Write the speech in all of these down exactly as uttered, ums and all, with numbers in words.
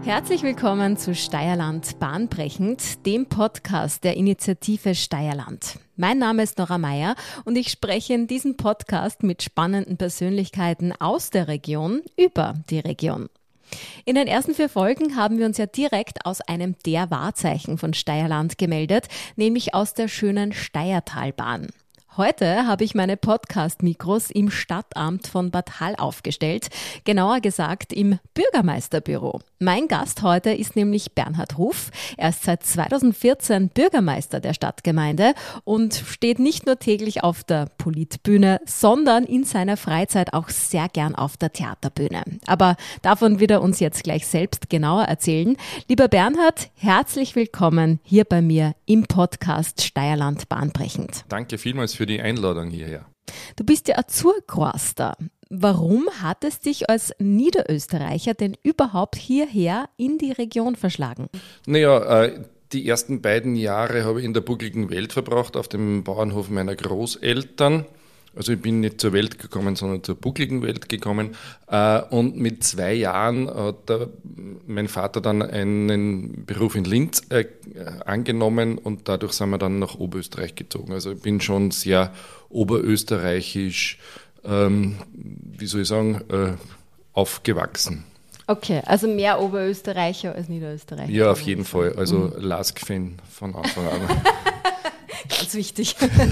Herzlich willkommen zu Steierland bahnbrechend, dem Podcast der Initiative Steierland. Mein Name ist Nora Meyer und ich spreche in diesem Podcast mit spannenden Persönlichkeiten aus der Region über die Region. In den ersten vier Folgen haben wir uns ja direkt aus einem der Wahrzeichen von Steierland gemeldet, nämlich aus der schönen Steiertalbahn. Heute habe ich meine Podcast-Mikros im Stadtamt von Bad Hall aufgestellt, genauer gesagt im Bürgermeisterbüro. Mein Gast heute ist nämlich Bernhard Ruff. Er ist seit zweitausendvierzehn Bürgermeister der Stadtgemeinde und steht nicht nur täglich auf der Politbühne, sondern in seiner Freizeit auch sehr gern auf der Theaterbühne. Aber davon wird er uns jetzt gleich selbst genauer erzählen. Lieber Bernhard, herzlich willkommen hier bei mir im Podcast Steierland bahnbrechend. Danke vielmals für die Einladung hierher. Du bist ja Azurquaster. Warum hat es dich als Niederösterreicher denn überhaupt hierher in die Region verschlagen? Naja, äh, die ersten beiden Jahre habe ich in der buckligen Welt verbracht, auf dem Bauernhof meiner Großeltern. Also ich bin nicht zur Welt gekommen, sondern zur buckligen Welt gekommen. Äh, und mit zwei Jahren hat der, mein Vater dann einen Beruf in Linz äh, angenommen und dadurch sind wir dann nach Oberösterreich gezogen. Also ich bin schon sehr oberösterreichisch, ähm, wie soll ich sagen, äh, aufgewachsen. Okay, also mehr Oberösterreicher als Niederösterreicher. Ja, auf jeden Fall. Also mhm. Lask-Fan von Anfang an. Ganz wichtig.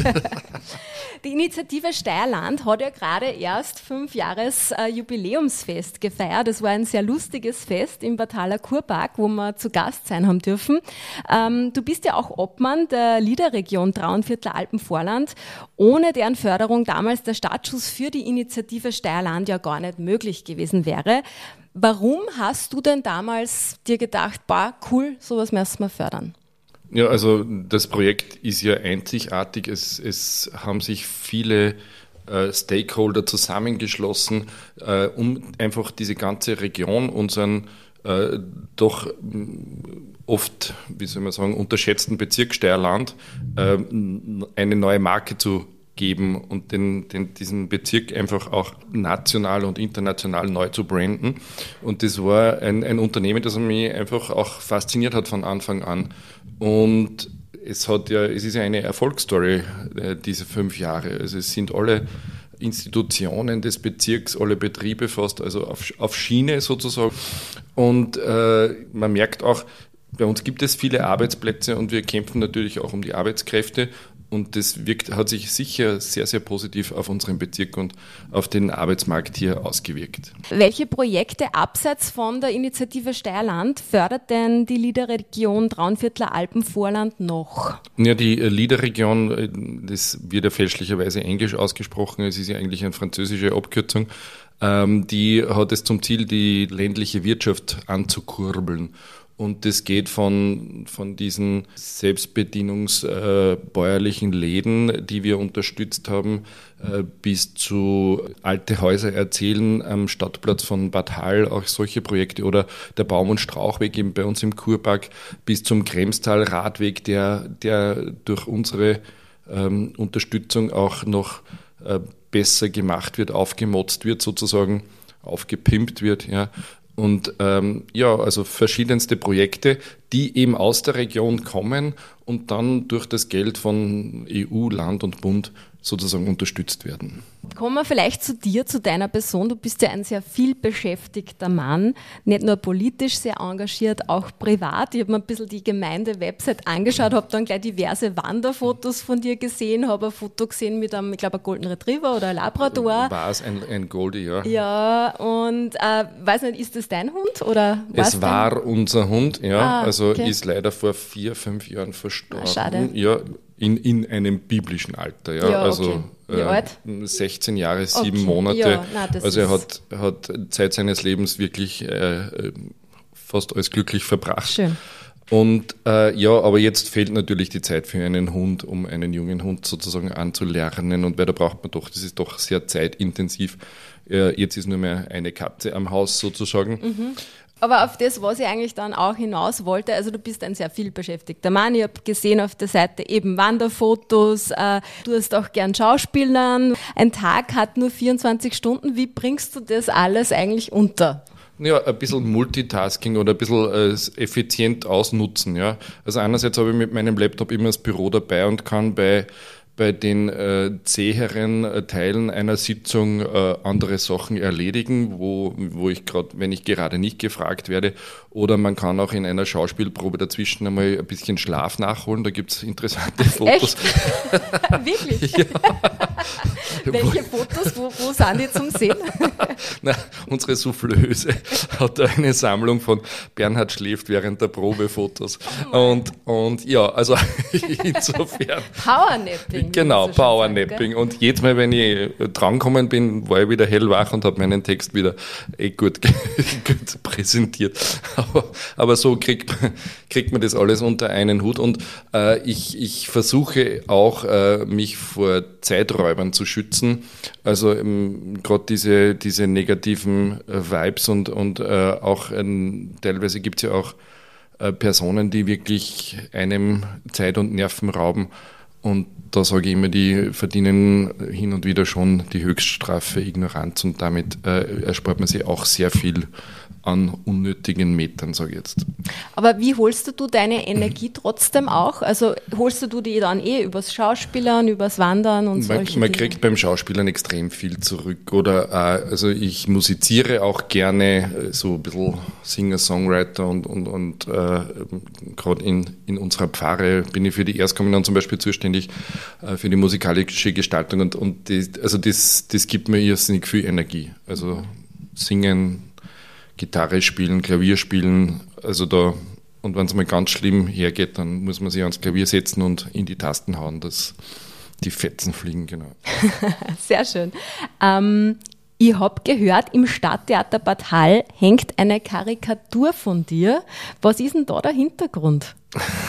Die Initiative Steierland hat ja gerade erst fünf Jahres äh, Jubiläumsfest gefeiert. Das war ein sehr lustiges Fest im Bad Haller Kurpark, wo wir zu Gast sein haben dürfen. Ähm, du bist ja auch Obmann der Liederregion Traunviertler Alpenvorland, ohne deren Förderung damals der Startschuss für die Initiative Steierland ja gar nicht möglich gewesen wäre. Warum hast du denn damals dir gedacht, boah, cool, sowas müssen wir fördern? Ja, also das Projekt ist ja einzigartig. Es, es haben sich viele äh, Stakeholder zusammengeschlossen, äh, um einfach diese ganze Region, unseren äh, doch oft, wie soll man sagen, unterschätzten Bezirk Steierland, äh, eine neue Marke zu geben und den, den, diesen Bezirk einfach auch national und international neu zu branden. Und das war ein, ein Unternehmen, das mich einfach auch fasziniert hat von Anfang an. Und es hat ja, es ist ja eine Erfolgsstory, äh, diese fünf Jahre. Also es sind alle Institutionen des Bezirks, alle Betriebe fast, also auf, auf Schiene sozusagen. Und äh, man merkt auch, bei uns gibt es viele Arbeitsplätze und wir kämpfen natürlich auch um die Arbeitskräfte. Und das wirkt, hat sich sicher sehr, sehr positiv auf unseren Bezirk und auf den Arbeitsmarkt hier ausgewirkt. Welche Projekte abseits von der Initiative Steierland fördert denn die Liederregion Traunviertler Alpenvorland noch? Ja, die Liederregion, das wird ja fälschlicherweise Englisch ausgesprochen, es ist ja eigentlich eine französische Abkürzung, die hat es zum Ziel, die ländliche Wirtschaft anzukurbeln. Und das geht von, von diesen selbstbedienungsbäuerlichen äh, Läden, die wir unterstützt haben, äh, bis zu alte Häuser erzählen am Stadtplatz von Bad Hall, auch solche Projekte, oder der Baum- und Strauchweg eben bei uns im Kurpark, bis zum Kremstal-Radweg, der, der durch unsere ähm, Unterstützung auch noch äh, besser gemacht wird, aufgemotzt wird sozusagen, aufgepimpt wird, ja. Und ähm, ja, also verschiedenste Projekte, die eben aus der Region kommen und dann durch das Geld von E U, Land und Bund sozusagen unterstützt werden. Kommen wir vielleicht zu dir, zu deiner Person. Du bist ja ein sehr viel beschäftigter Mann, nicht nur politisch sehr engagiert, auch privat. Ich habe mir ein bisschen die Gemeinde-Website angeschaut, habe dann gleich diverse Wanderfotos von dir gesehen, habe ein Foto gesehen mit einem, ich glaube, einem Golden Retriever oder einem Labrador. War es ein, ein Goldie, ja. Ja, und äh, weiß nicht, ist das dein Hund? Oder es war dein? Unser Hund, ja. Ah, also okay. Ist leider vor vier, fünf Jahren verstorben. Ah, schade. Ja, in, in einem biblischen Alter, ja. Ja, also okay. Wie äh, alt? sechzehn Jahre, sieben okay. Monate. Ja, nein, also er hat, hat Zeit seines Lebens wirklich äh, fast alles glücklich verbracht. Schön. Und äh, ja, aber jetzt fehlt natürlich die Zeit für einen Hund, um einen jungen Hund sozusagen anzulernen. Und weil da braucht man doch, das ist doch sehr zeitintensiv. Äh, jetzt ist nur mehr eine Katze am Haus sozusagen. Mhm. Aber auf das, was ich eigentlich dann auch hinaus wollte, also du bist ein sehr viel beschäftigter Mann. Ich habe gesehen auf der Seite eben Wanderfotos, äh, du hast auch gern Schauspielern. Ein Tag hat nur vierundzwanzig Stunden. Wie bringst du das alles eigentlich unter? Ja, ein bisschen Multitasking oder ein bisschen äh, effizient ausnutzen, ja. Also einerseits habe ich mit meinem Laptop immer das Büro dabei und kann bei bei den äh, zäheren äh, Teilen einer Sitzung äh, andere Sachen erledigen, wo, wo ich gerade, wenn ich gerade nicht gefragt werde, oder man kann auch in einer Schauspielprobe dazwischen einmal ein bisschen Schlaf nachholen, da gibt's interessante Fotos. Echt? Wirklich? Ja. Welche Fotos, wo, wo sind die zum Sehen? Na, unsere Soufflöse hat eine Sammlung von Bernhard schläft während der Probe Fotos. Oh und, und ja, also insofern. Powernap. Genau, Powernapping. Und jedes Mal, wenn ich drangekommen bin, war ich wieder hellwach und habe meinen Text wieder eh gut, gut präsentiert. Aber, aber so kriegt, kriegt man das alles unter einen Hut. Und äh, ich, ich versuche auch, äh, mich vor Zeiträubern zu schützen. Also ähm, gerade diese, diese negativen äh, Vibes und, und äh, auch ähm, teilweise gibt es ja auch äh, Personen, die wirklich einem Zeit und Nerven rauben. Und da sage ich immer, die verdienen hin und wieder schon die Höchststrafe Ignoranz und damit äh, erspart man sich auch sehr viel an unnötigen Metern, sage ich jetzt. Aber wie holst du deine Energie trotzdem auch? Also holst du die dann eh übers Schauspielern, übers Wandern und man, solche Man Dinge? kriegt beim Schauspielern extrem viel zurück. Oder äh, also ich musiziere auch gerne, so ein bisschen Singer-Songwriter und, und, und äh, gerade in, in unserer Pfarre bin ich für die Erstkommunion zum Beispiel zuständig, äh, für die musikalische Gestaltung und, und die, also das, das gibt mir irrsinnig viel Energie. Also singen, Gitarre spielen, Klavier spielen, also da, und wenn es mal ganz schlimm hergeht, dann muss man sich ans Klavier setzen und in die Tasten hauen, dass die Fetzen fliegen, genau. Sehr schön. Ähm, ich habe gehört, im Stadttheater Bad Hall hängt eine Karikatur von dir. Was ist denn da der Hintergrund?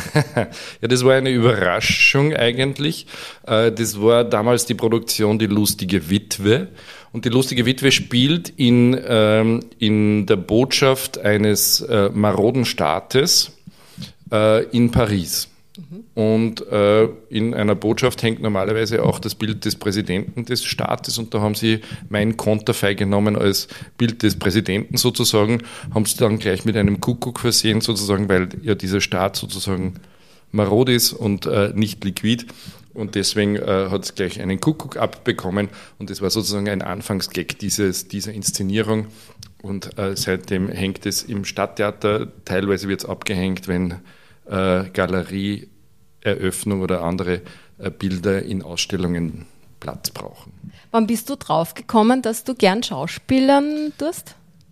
Ja, das war eine Überraschung eigentlich. Das war damals die Produktion Die lustige Witwe. Und die lustige Witwe spielt in, ähm, in der Botschaft eines äh, maroden Staates äh, in Paris. Mhm. Und äh, in einer Botschaft hängt normalerweise auch das Bild des Präsidenten des Staates. Und da haben sie mein Konterfei genommen als Bild des Präsidenten sozusagen, haben sie dann gleich mit einem Kuckuck versehen sozusagen, weil ja dieser Staat sozusagen marod ist und äh, nicht liquid. Und deswegen äh, hat es gleich einen Kuckuck abbekommen. Und das war sozusagen ein Anfangsgag dieses, dieser Inszenierung. Und äh, seitdem hängt es im Stadttheater. Teilweise wird es abgehängt, wenn äh, Galerieeröffnung oder andere äh, Bilder in Ausstellungen Platz brauchen. Wann bist du drauf gekommen, dass du gern Schauspielern tust?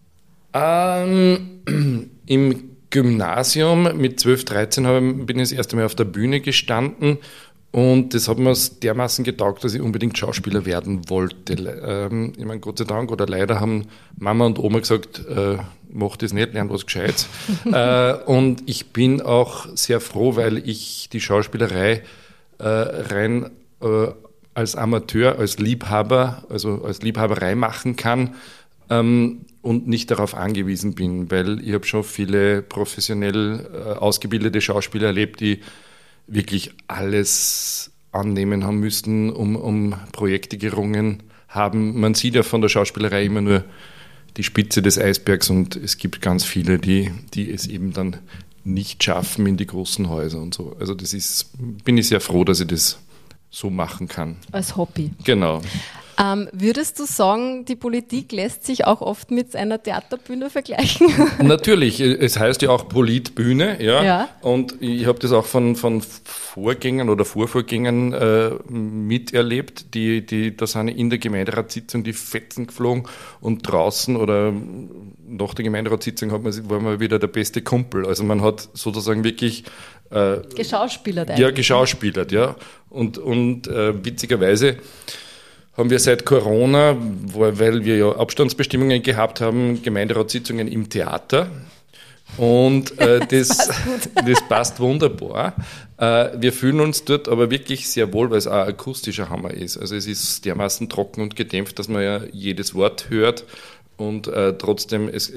Ähm, im Gymnasium mit zwölf, dreizehn habe, bin ich das erste Mal auf der Bühne gestanden. Und das hat mir dermaßen getaugt, dass ich unbedingt Schauspieler werden wollte. Ähm, ich meine, Gott sei Dank oder leider haben Mama und Oma gesagt, äh, mach das nicht, lern was Gescheites. äh, und ich bin auch sehr froh, weil ich die Schauspielerei äh, rein äh, als Amateur, als Liebhaber, also als Liebhaberei machen kann ähm, und nicht darauf angewiesen bin, weil ich habe schon viele professionell äh, ausgebildete Schauspieler erlebt, die wirklich alles annehmen haben müssten, um, um Projekte gerungen haben. Man sieht ja von der Schauspielerei immer nur die Spitze des Eisbergs und es gibt ganz viele, die, die es eben dann nicht schaffen in die großen Häuser und so. Also das ist, bin ich sehr froh, dass ich das so machen kann. Als Hobby. Genau. Ähm, würdest du sagen, die Politik lässt sich auch oft mit einer Theaterbühne vergleichen? Natürlich, es heißt ja auch Politbühne, ja. Ja. Und ich habe das auch von, von Vorgängern oder Vorvorgängern äh, miterlebt, die, die, da sind in der Gemeinderatssitzung die Fetzen geflogen und draußen oder nach der Gemeinderatssitzung hat man, war man wieder der beste Kumpel. Also man hat sozusagen wirklich äh, geschauspielert eigentlich. Ja, geschauspielert, ja. Und, und äh, witzigerweise haben wir seit Corona, weil wir ja Abstandsbestimmungen gehabt haben, Gemeinderatssitzungen im Theater. Und äh, das, das, passt das passt wunderbar. Äh, wir fühlen uns dort aber wirklich sehr wohl, weil es auch ein akustischer Hammer ist. Also es ist dermaßen trocken und gedämpft, dass man ja jedes Wort hört. Und äh, trotzdem, es, es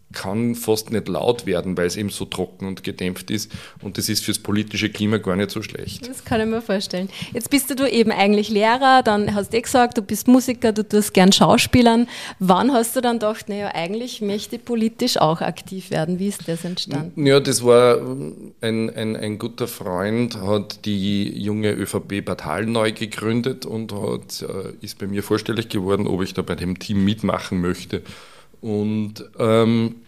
kann fast nicht laut werden, weil es eben so trocken und gedämpft ist. Und das ist fürs politische Klima gar nicht so schlecht. Das kann ich mir vorstellen. Jetzt bist du eben eigentlich Lehrer, dann hast du eh gesagt, du bist Musiker, du tust gern Schauspielern. Wann hast du dann gedacht, naja, eigentlich möchte ich politisch auch aktiv werden? Wie ist das entstanden? Ja, das war ein, ein, ein guter Freund, hat die junge ÖVP Bad Hall neu gegründet und hat, ist bei mir vorstellig geworden, ob ich da bei dem Team mitmachen möchte. Und ähm,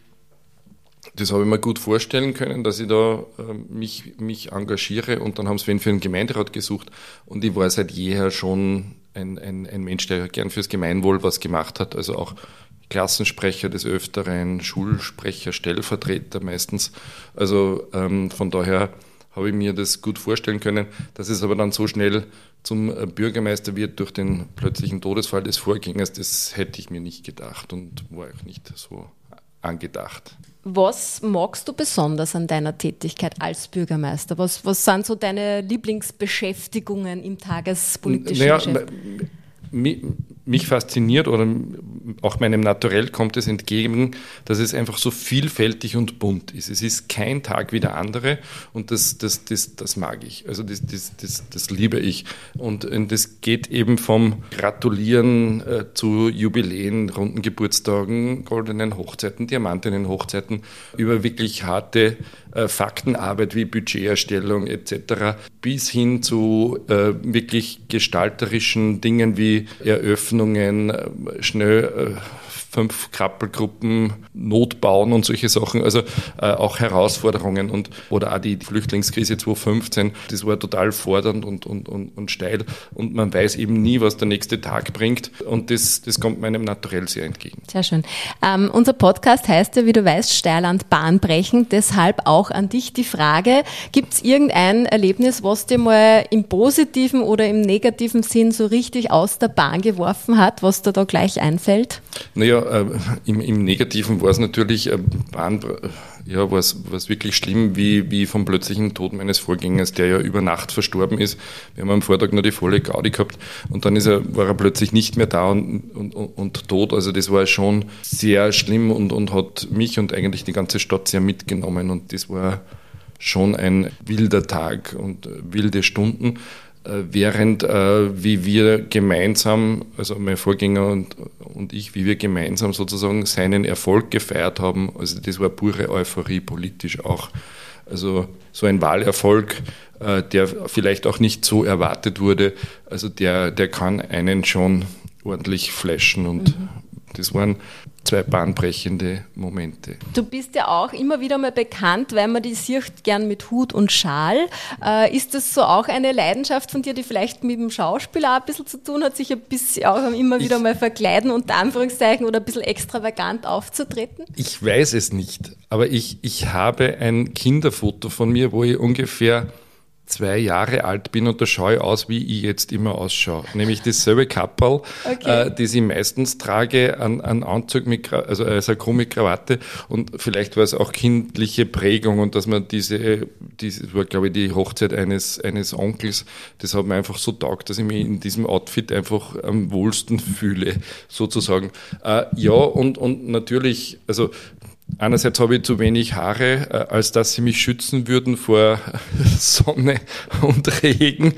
das habe ich mir gut vorstellen können, dass ich da äh, mich, mich engagiere, und dann haben sie wen für einen Gemeinderat gesucht, und ich war seit jeher schon ein, ein, ein Mensch, der gern fürs Gemeinwohl was gemacht hat, also auch Klassensprecher des Öfteren, Schulsprecher, Stellvertreter meistens, also ähm, von daher habe ich mir das gut vorstellen können, dass es aber dann so schnell zum Bürgermeister wird durch den plötzlichen Todesfall des Vorgängers, das hätte ich mir nicht gedacht und war auch nicht so angedacht. Was magst du besonders an deiner Tätigkeit als Bürgermeister? Was, was sind so deine Lieblingsbeschäftigungen im tagespolitischen naja, Geschäft? Mich, mich fasziniert, oder auch meinem Naturell kommt es entgegen, dass es einfach so vielfältig und bunt ist. Es ist kein Tag wie der andere, und das, das, das, das mag ich. Also das, das, das, das liebe ich. Und, und das geht eben vom Gratulieren äh, zu Jubiläen, runden Geburtstagen, goldenen Hochzeiten, diamantenen Hochzeiten, über wirklich harte äh, Faktenarbeit wie Budgeterstellung et cetera, bis hin zu äh, wirklich gestalterischen Dingen wie Eröffnungen, schnell äh, fünf Krabbelgruppen, Notbauen und solche Sachen, also äh, auch Herausforderungen, und oder auch die Flüchtlingskrise zwanzig fünfzehn, das war total fordernd und, und, und, und steil, und man weiß eben nie, was der nächste Tag bringt, und das, das kommt meinem Naturell sehr entgegen. Sehr schön. Ähm, unser Podcast heißt ja, wie du weißt, Steierland bahnbrechend, deshalb auch an dich die Frage, gibt es irgendein Erlebnis, was dir mal im positiven oder im negativen Sinn so richtig aus der Bahn geworfen hat, was dir da gleich einfällt? Naja, äh, im, im Negativen war es natürlich, äh, Bahn, ja, war es wirklich schlimm, wie, wie vom plötzlichen Tod meines Vorgängers, der ja über Nacht verstorben ist. Wir haben am Vortag noch die volle Gaudi gehabt, und dann ist er, war er plötzlich nicht mehr da und, und, und tot. Also das war schon sehr schlimm und, und hat mich und eigentlich die ganze Stadt sehr mitgenommen, und das war schon ein wilder Tag und wilde Stunden. Während äh, wie wir gemeinsam, also mein Vorgänger und, und ich, wie wir gemeinsam sozusagen seinen Erfolg gefeiert haben, also das war pure Euphorie politisch auch. Also so ein Wahlerfolg, äh, der vielleicht auch nicht so erwartet wurde, also der, der kann einen schon ordentlich flashen, und mhm. das waren zwei bahnbrechende Momente. Du bist ja auch immer wieder mal bekannt, weil man die sieht gern mit Hut und Schal. Äh, ist das so auch eine Leidenschaft von dir, die vielleicht mit dem Schauspiel auch ein bisschen zu tun hat, sich ein bisschen auch immer wieder ich, mal verkleiden, unter Anführungszeichen, oder ein bisschen extravagant aufzutreten? Ich weiß es nicht, aber ich, ich habe ein Kinderfoto von mir, wo ich ungefähr zwei Jahre alt bin, und da schaue ich aus, wie ich jetzt immer ausschaue. Nämlich dasselbe Kapperl, okay. äh, das ich meistens trage, an, an Anzug mit, also äh, Sakko mit Krawatte, und vielleicht war es auch kindliche Prägung, und dass man diese, diese war glaube ich die Hochzeit eines, eines Onkels, das hat mir einfach so taugt, dass ich mich in diesem Outfit einfach am wohlsten fühle, sozusagen. Äh, ja, und, und natürlich, also einerseits habe ich zu wenig Haare, als dass sie mich schützen würden vor Sonne und Regen.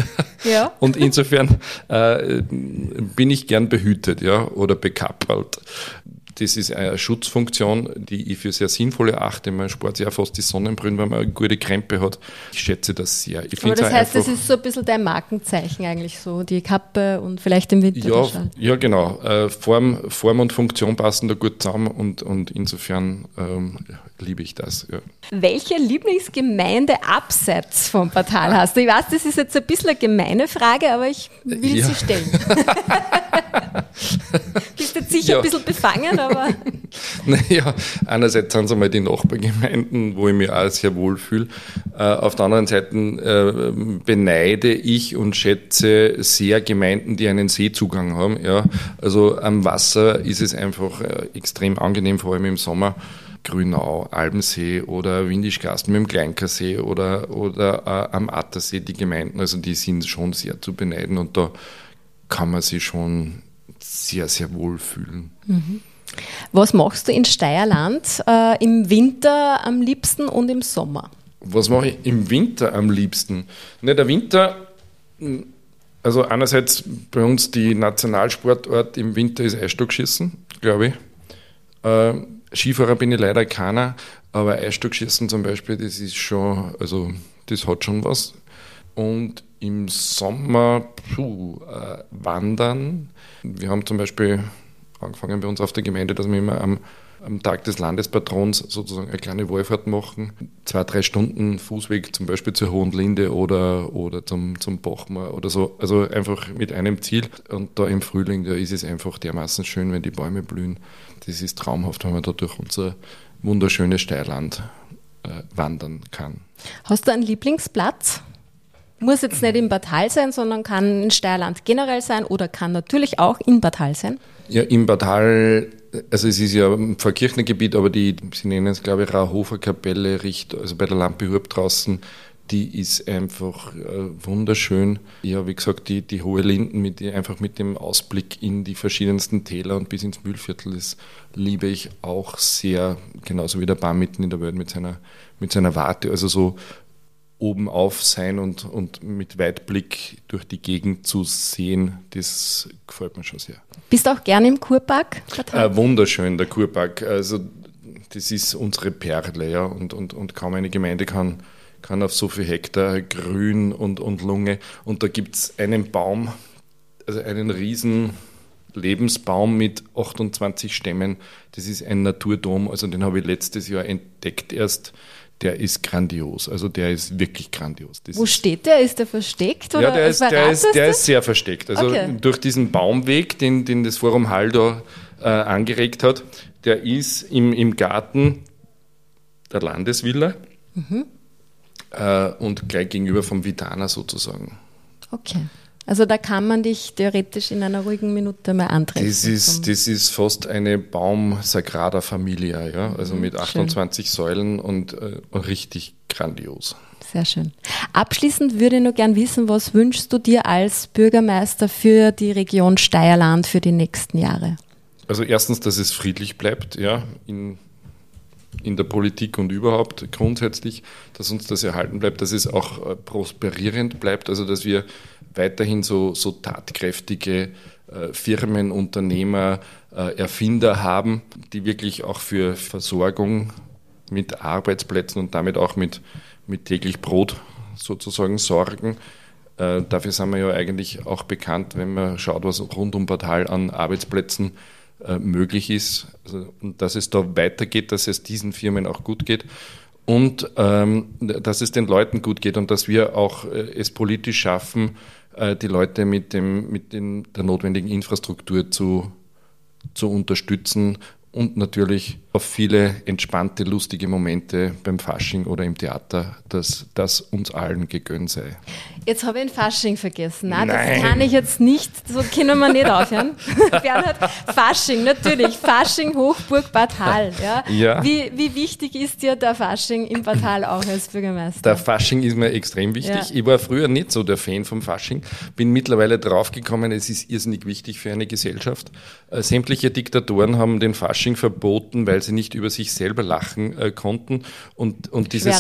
Ja. Und insofern äh, bin ich gern behütet, ja, oder bekappelt. Das ist eine Schutzfunktion, die ich für sehr sinnvoll erachte. Man spart sich ja fast die Sonnenbrillen, wenn man eine gute Krempe hat. Ich schätze das sehr. Ich Aber das heißt, das ist so ein bisschen dein Markenzeichen eigentlich so, die Kappe und vielleicht im Winter. Ja, ja genau. Äh, Form, Form und Funktion passen da gut zusammen, und, und insofern ähm, liebe ich das. Ja. Welche Lieblingsgemeinde abseits vom Portal hast du? Ich weiß, das ist jetzt ein bisschen eine gemeine Frage, aber ich will ja. sie stellen. Bist jetzt sicher ja. ein bisschen befangen, aber... Naja, einerseits sind es einmal die Nachbargemeinden, wo ich mich auch sehr wohl fühle. Äh, auf der anderen Seite äh, beneide ich und schätze sehr Gemeinden, die einen Seezugang haben. Ja. Also am Wasser ist es einfach äh, extrem angenehm, vor allem im Sommer. Grünau, Albensee oder Windischgarsten mit dem Kleinkersee oder, oder äh, am Attersee, die Gemeinden, also die sind schon sehr zu beneiden, und da kann man sich schon sehr, sehr wohl fühlen. Mhm. Was machst du in Steierland äh, im Winter am liebsten und im Sommer? Was mache ich im Winter am liebsten? Ne, der Winter, also einerseits bei uns die Nationalsportart im Winter ist Eisstockschießen, glaube ich. Äh, Skifahrer bin ich leider keiner, aber Eisstockschießen zum Beispiel, das ist schon, also das hat schon was. Und im Sommer, puh, äh, wandern. Wir haben zum Beispiel angefangen bei uns auf der Gemeinde, dass wir immer am am Tag des Landespatrons sozusagen eine kleine Wallfahrt machen. Zwei, drei Stunden Fußweg zum Beispiel zur Hohenlinde oder, oder zum, zum Bachmoor oder so. Also einfach mit einem Ziel. Und da im Frühling, da ist es einfach dermaßen schön, wenn die Bäume blühen. Das ist traumhaft, wenn man da durch unser wunderschönes Steierland äh, wandern kann. Hast du einen Lieblingsplatz? Muss jetzt nicht in Bad Hall sein, sondern kann in Steierland generell sein oder kann natürlich auch in Bad Hall sein? Ja, in Bad Hall, also es ist ja ein Pfarrkirchengebiet, aber die, sie nennen es, glaube ich, Rauhofer Kapelle, also bei der Lampe Hurb draußen, die ist einfach äh, wunderschön. Ja, wie gesagt, die, die Hohe Linden, mit, die, einfach mit dem Ausblick in die verschiedensten Täler und bis ins Mühlviertel, das liebe ich auch sehr, genauso wie der Baum mitten in der Welt mit seiner, mit seiner Warte, also so oben auf sein und, und mit Weitblick durch die Gegend zu sehen, das gefällt mir schon sehr. Bist du auch gerne im Kurpark? Äh, wunderschön, der Kurpark. Also das ist unsere Perle, ja, und, und, und kaum eine Gemeinde kann, kann auf so viel Hektar Grün und, und Lunge. Und da gibt es einen Baum, also einen riesen Lebensbaum mit achtundzwanzig Stämmen. Das ist ein Naturdom, also den habe ich letztes Jahr entdeckt erst. Der ist grandios, also der ist wirklich grandios. Das Wo ist, steht der? Ist der versteckt? Oder ja, der ist, der, ist, der ist sehr versteckt. Also okay. Durch diesen Baumweg, den, den das Forum Hall da äh, angeregt hat, der ist im, im Garten der Landesvilla mhm. äh, und gleich gegenüber vom Vitana sozusagen. Okay. Also da kann man dich theoretisch in einer ruhigen Minute mal antreffen. Das ist, das ist fast eine Baum-Sagrada Familia, ja? Also mit achtundzwanzig schön. Säulen und äh, richtig grandios. Sehr schön. Abschließend würde ich noch gern wissen, was wünschst du dir als Bürgermeister für die Region Steierland für die nächsten Jahre? Also erstens, dass es friedlich bleibt, ja, in in der Politik und überhaupt grundsätzlich, dass uns das erhalten bleibt, dass es auch äh, prosperierend bleibt, also dass wir weiterhin so, so tatkräftige äh, Firmen, Unternehmer, äh, Erfinder haben, die wirklich auch für Versorgung mit Arbeitsplätzen und damit auch mit, mit täglich Brot sozusagen sorgen. Äh, dafür sind wir ja eigentlich auch bekannt, wenn man schaut, was rund um Bad Hall an Arbeitsplätzen möglich ist, also, und dass es da weitergeht, dass es diesen Firmen auch gut geht und ähm, dass es den Leuten gut geht und dass wir auch äh, es politisch schaffen, äh, die Leute mit, dem, mit den, der notwendigen Infrastruktur zu, zu unterstützen und natürlich auf viele entspannte, lustige Momente beim Fasching oder im Theater, dass das uns allen gegönnt sei. Jetzt habe ich ein Fasching vergessen. Nein, Nein, das kann ich jetzt nicht, so können wir nicht aufhören. Bernhard, Fasching, natürlich. Fasching, Hochburg, Bad Hall. Ja? Ja. Wie, wie wichtig ist dir der Fasching in Bad Hall auch als Bürgermeister? Der Fasching ist mir extrem wichtig. Ja. Ich war früher nicht so der Fan vom Fasching, bin mittlerweile draufgekommen, es ist irrsinnig wichtig für eine Gesellschaft. Äh, sämtliche Diktatoren haben den Fasching verboten, weil sie nicht über sich selber lachen äh, konnten und, und diese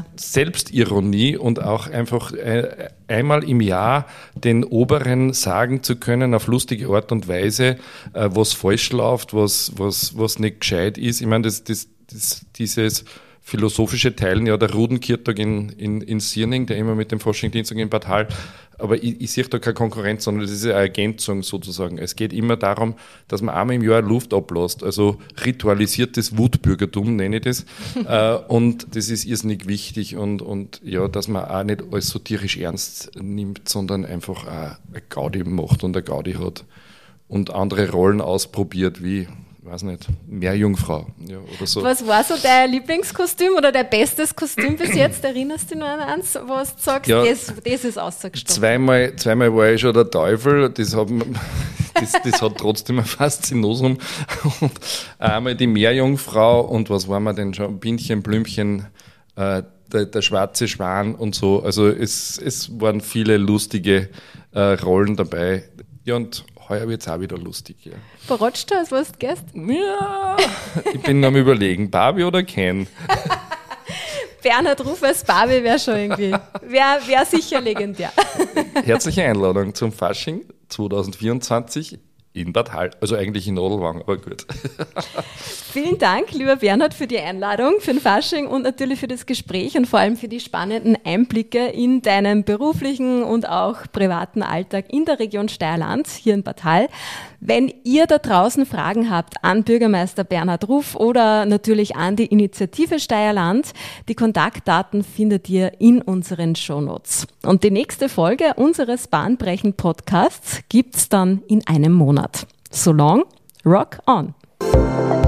Selbstironie und auch einfach äh, einmal im Jahr den Oberen sagen zu können, auf lustige Art und Weise, äh, was falsch läuft, was, was, was nicht gescheit ist. Ich meine, das, das, das, dieses philosophische Teilen, ja, der Rudenkirchtag in, in, in Sierning, der immer mit dem Faschingdienstag in Bad Hall, aber ich, ich sehe da keine Konkurrenz, sondern das ist eine Ergänzung sozusagen. Es geht immer darum, dass man einmal im Jahr Luft ablässt, also ritualisiertes Wutbürgertum nenne ich das, äh, und das ist irrsinnig wichtig und, und ja, dass man auch nicht alles so tierisch ernst nimmt, sondern einfach auch eine Gaudi macht und eine Gaudi hat und andere Rollen ausprobiert, wie weiß nicht, Meerjungfrau ja, oder so. Was war so dein Lieblingskostüm oder dein bestes Kostüm bis jetzt? Erinnerst du dich noch an eins, was du sagst, ja, das, das ist ausgestochen? Zweimal, zweimal war ich schon der Teufel, das hat, das, das hat trotzdem ein Faszinosum. Und einmal die Meerjungfrau und was waren wir denn schon? Bienchen, Blümchen, äh, der, der schwarze Schwan und so. Also es, es waren viele lustige äh, Rollen dabei. Ja, und heuer wird es auch wieder lustig. Ja. Verrutscht du, als was du gehst? Ja, ich bin am Überlegen, Barbie oder Ken? Bernhard Ruf als Barbie wäre schon irgendwie, wäre wär sicher legendär. Herzliche Einladung zum Fasching zwanzig vierundzwanzig in Bad Hall, also eigentlich in Nodelwang, aber gut. Vielen Dank, lieber Bernhard, für die Einladung, für den Fasching und natürlich für das Gespräch und vor allem für die spannenden Einblicke in deinen beruflichen und auch privaten Alltag in der Region Steierland, hier in Bad Hall. Wenn ihr da draußen Fragen habt an Bürgermeister Bernhard Ruf oder natürlich an die Initiative Steierland, die Kontaktdaten findet ihr in unseren Shownotes. Und die nächste Folge unseres Bahnbrechen-Podcasts gibt's dann in einem Monat. So long, rock on!